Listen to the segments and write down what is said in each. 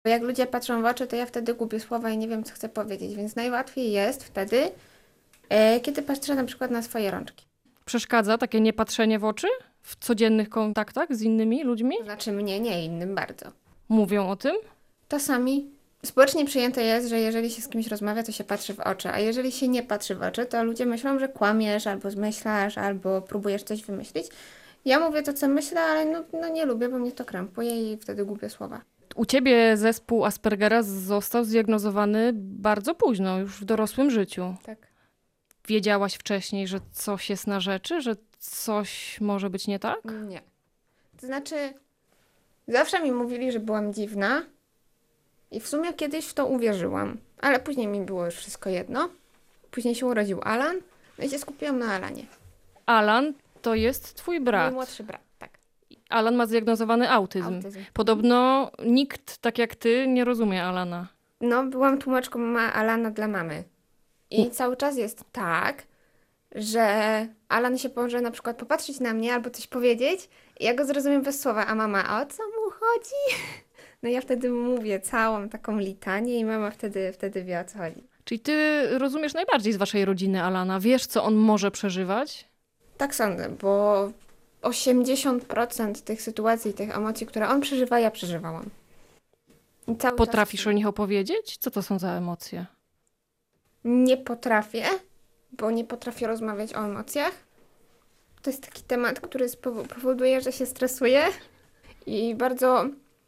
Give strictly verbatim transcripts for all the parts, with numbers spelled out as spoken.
Bo jak ludzie patrzą w oczy, to ja wtedy gubię słowa i nie wiem, co chcę powiedzieć, więc najłatwiej jest wtedy, e, kiedy patrzę na przykład na swoje rączki. Przeszkadza takie niepatrzenie w oczy w codziennych kontaktach z innymi ludźmi? To znaczy mnie, nie innym bardzo. Mówią o tym? Czasami społecznie przyjęte jest, że jeżeli się z kimś rozmawia, to się patrzy w oczy, a jeżeli się nie patrzy w oczy, to ludzie myślą, że kłamiesz, albo zmyślasz, albo próbujesz coś wymyślić. Ja mówię to, co myślę, ale no, no nie lubię, bo mnie to krępuje i wtedy gubię słowa. U ciebie zespół Aspergera został zdiagnozowany bardzo późno, już w dorosłym życiu. Tak. Wiedziałaś wcześniej, że coś jest na rzeczy, że coś może być nie tak? Nie. To znaczy, zawsze mi mówili, że byłam dziwna i w sumie kiedyś w to uwierzyłam, ale później mi było już wszystko jedno. Później się urodził Alan, no i się skupiłam na Alanie. Alan to jest twój Mój brat. młodszy brat, tak. Alan ma zdiagnozowany autyzm. Autyzm. Podobno nikt, tak jak ty, nie rozumie Alana. No, byłam tłumaczką ma Alana dla mamy. I cały czas jest tak, że Alan się może na przykład popatrzeć na mnie albo coś powiedzieć i ja go zrozumiem bez słowa, a mama, a o co mu chodzi? No ja wtedy mówię całą taką litanię i mama wtedy, wtedy wie, o co chodzi. Czyli ty rozumiesz najbardziej z waszej rodziny Alana. Wiesz, co on może przeżywać? Tak sądzę, bo osiemdziesiąt procent tych sytuacji, tych emocji, które on przeżywa, ja przeżywałam. I cały Potrafisz czas o nich opowiedzieć? Co to są za emocje? nie potrafię, bo nie potrafię rozmawiać o emocjach. To jest taki temat, który spowo- powoduje, że się stresuję i bardzo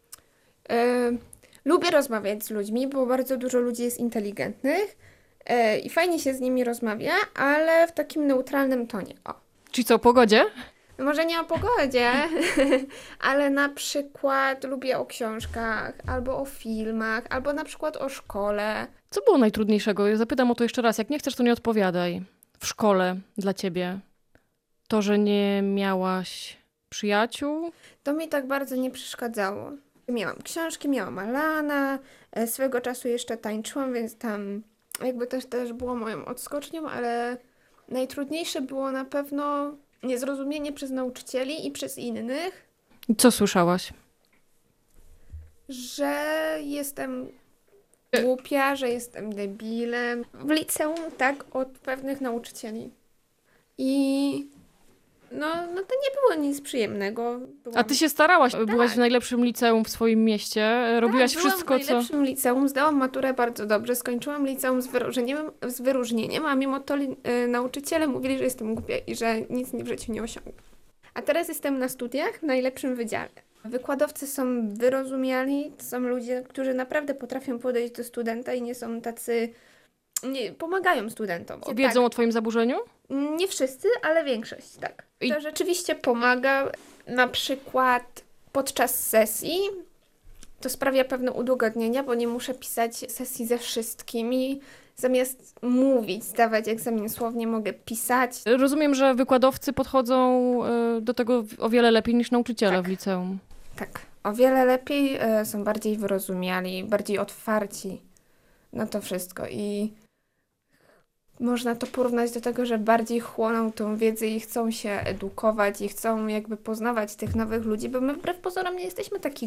e, lubię rozmawiać z ludźmi, bo bardzo dużo ludzi jest inteligentnych e, i fajnie się z nimi rozmawia, ale w takim neutralnym tonie. O. Czyli co, o pogodzie? No może nie o pogodzie, ale na przykład lubię o książkach, albo o filmach, albo na przykład o szkole. Co było najtrudniejszego? Ja zapytam o to jeszcze raz. Jak nie chcesz, to nie odpowiadaj. W szkole dla ciebie. To, że nie miałaś przyjaciół? To mi tak bardzo nie przeszkadzało. Miałam książki, miałam Alana, e, swego czasu jeszcze tańczyłam, więc tam jakby też, też było moją odskocznią, ale najtrudniejsze było na pewno niezrozumienie przez nauczycieli i przez innych, Co słyszałaś? że jestem głupia, że jestem debilem. W liceum tak od pewnych nauczycieli. I no, no to nie było nic przyjemnego. Byłam... A ty się starałaś. Byłaś w najlepszym liceum w swoim mieście. Robiłaś tak, byłam wszystko, w co... najlepszym liceum, zdałam maturę bardzo dobrze, skończyłam liceum z wyróżnieniem, z wyróżnieniem a mimo to li, y, nauczyciele mówili, że jestem głupia i że nic w życiu nie osiągnę. A teraz jestem na studiach w najlepszym wydziale. Wykładowcy są wyrozumiali, to są ludzie, którzy naprawdę potrafią podejść do studenta i nie są tacy... Nie, pomagają studentom. Wiedzą tak. o twoim zaburzeniu? Nie wszyscy, ale większość, tak. I- To rzeczywiście pomaga. Na przykład podczas sesji to sprawia pewne udogodnienia, bo nie muszę pisać sesji ze wszystkimi. Zamiast mówić, zdawać egzamin słownie, mogę pisać. Rozumiem, że wykładowcy podchodzą e, do tego o wiele lepiej niż nauczyciele Tak. w liceum. Tak, o wiele lepiej, e, są bardziej wyrozumiali, bardziej otwarci na to wszystko i można to porównać do tego, że bardziej chłoną tą wiedzę i chcą się edukować i chcą jakby poznawać tych nowych ludzi, bo my wbrew pozorom nie jesteśmy taki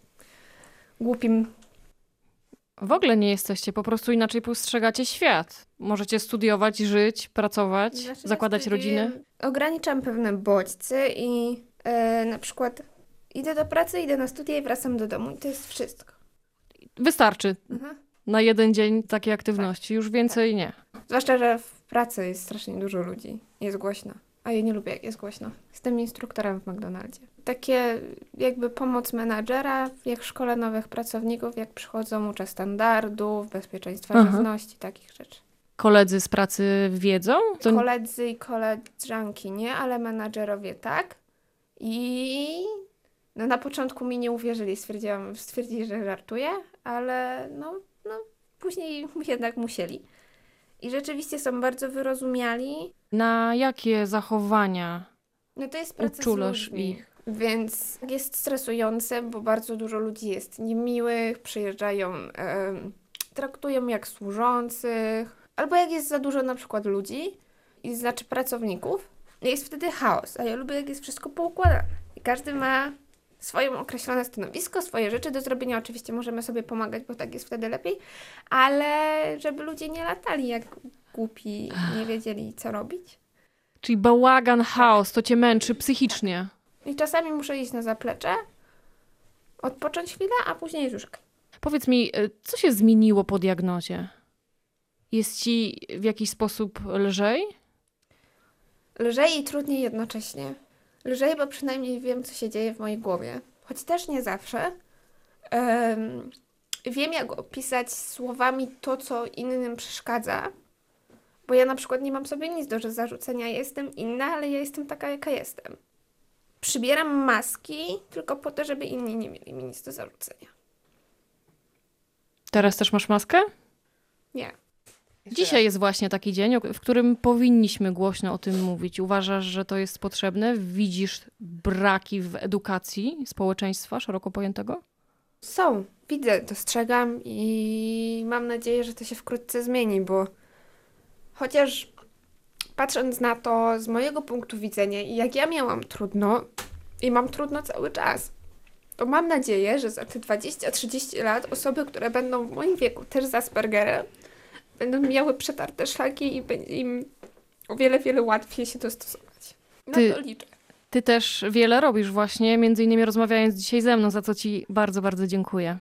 głupim. W ogóle nie jesteście, po prostu inaczej postrzegacie świat. Możecie studiować, żyć, pracować, Znaczy, ja zakładać studiuję- rodziny. Ograniczam pewne bodźce i e, na przykład idę do pracy, idę na studia i wracam do domu i to jest wszystko. Wystarczy Mhm. na jeden dzień takiej aktywności, już więcej nie. Zwłaszcza, że w pracy jest strasznie dużo ludzi. Jest głośno. A ja nie lubię, jak jest głośno. Jestem instruktorem w McDonaldzie. Takie jakby pomoc menadżera, jak szkole nowych pracowników, jak przychodzą, uczę standardów, bezpieczeństwa Aha. żywności, takich rzeczy. Koledzy z pracy wiedzą? To Koledzy i koleżanki nie, ale menadżerowie tak. I no na początku mi nie uwierzyli, stwierdziłam, stwierdzili, że żartuję, ale no, no później jednak musieli. I rzeczywiście są bardzo wyrozumiali. na jakie zachowania No to jest praca z uczulasz ludźmi, ich? więc jest stresujące, bo bardzo dużo ludzi jest niemiłych, przyjeżdżają, em, traktują jak służących, albo jak jest za dużo na przykład ludzi, i znaczy pracowników, jest wtedy chaos, a ja lubię jak jest wszystko poukładane i każdy ma swoje określone stanowisko, swoje rzeczy do zrobienia. Oczywiście możemy sobie pomagać, bo tak jest wtedy lepiej, ale żeby ludzie nie latali jak głupi, nie wiedzieli co robić. Czyli bałagan, chaos, to cię męczy psychicznie. I czasami muszę iść na zaplecze, odpocząć chwilę, a później już okej. Powiedz mi, y, co się zmieniło po diagnozie? Jest ci w jakiś sposób lżej? Lżej i trudniej jednocześnie. Lżej, bo przynajmniej wiem, co się dzieje w mojej głowie. Choć też nie zawsze. Um, wiem, jak opisać słowami to, co innym przeszkadza. Bo ja na przykład nie mam sobie nic do zarzucenia. Ja jestem inna, ale ja jestem taka, jaka jestem. Przybieram maski tylko po to, żeby inni nie mieli mi nic do zarzucenia. Teraz też masz maskę? Nie. Dzisiaj jest właśnie taki dzień, w którym powinniśmy głośno o tym mówić. Uważasz, że to jest potrzebne? Widzisz braki w edukacji społeczeństwa szeroko pojętego? Są. Widzę, dostrzegam i mam nadzieję, że to się wkrótce zmieni, bo chociaż patrząc na to z mojego punktu widzenia i jak ja miałam trudno i mam trudno cały czas, to mam nadzieję, że za te dwadzieścia trzydzieści lat osoby, które będą w moim wieku też z Aspergerem, będą miały przetarte szlaki i będzie im o wiele, wiele łatwiej się dostosować. Na Ty- to liczę. Ty też wiele robisz właśnie, między innymi rozmawiając dzisiaj ze mną, za co ci bardzo, bardzo dziękuję.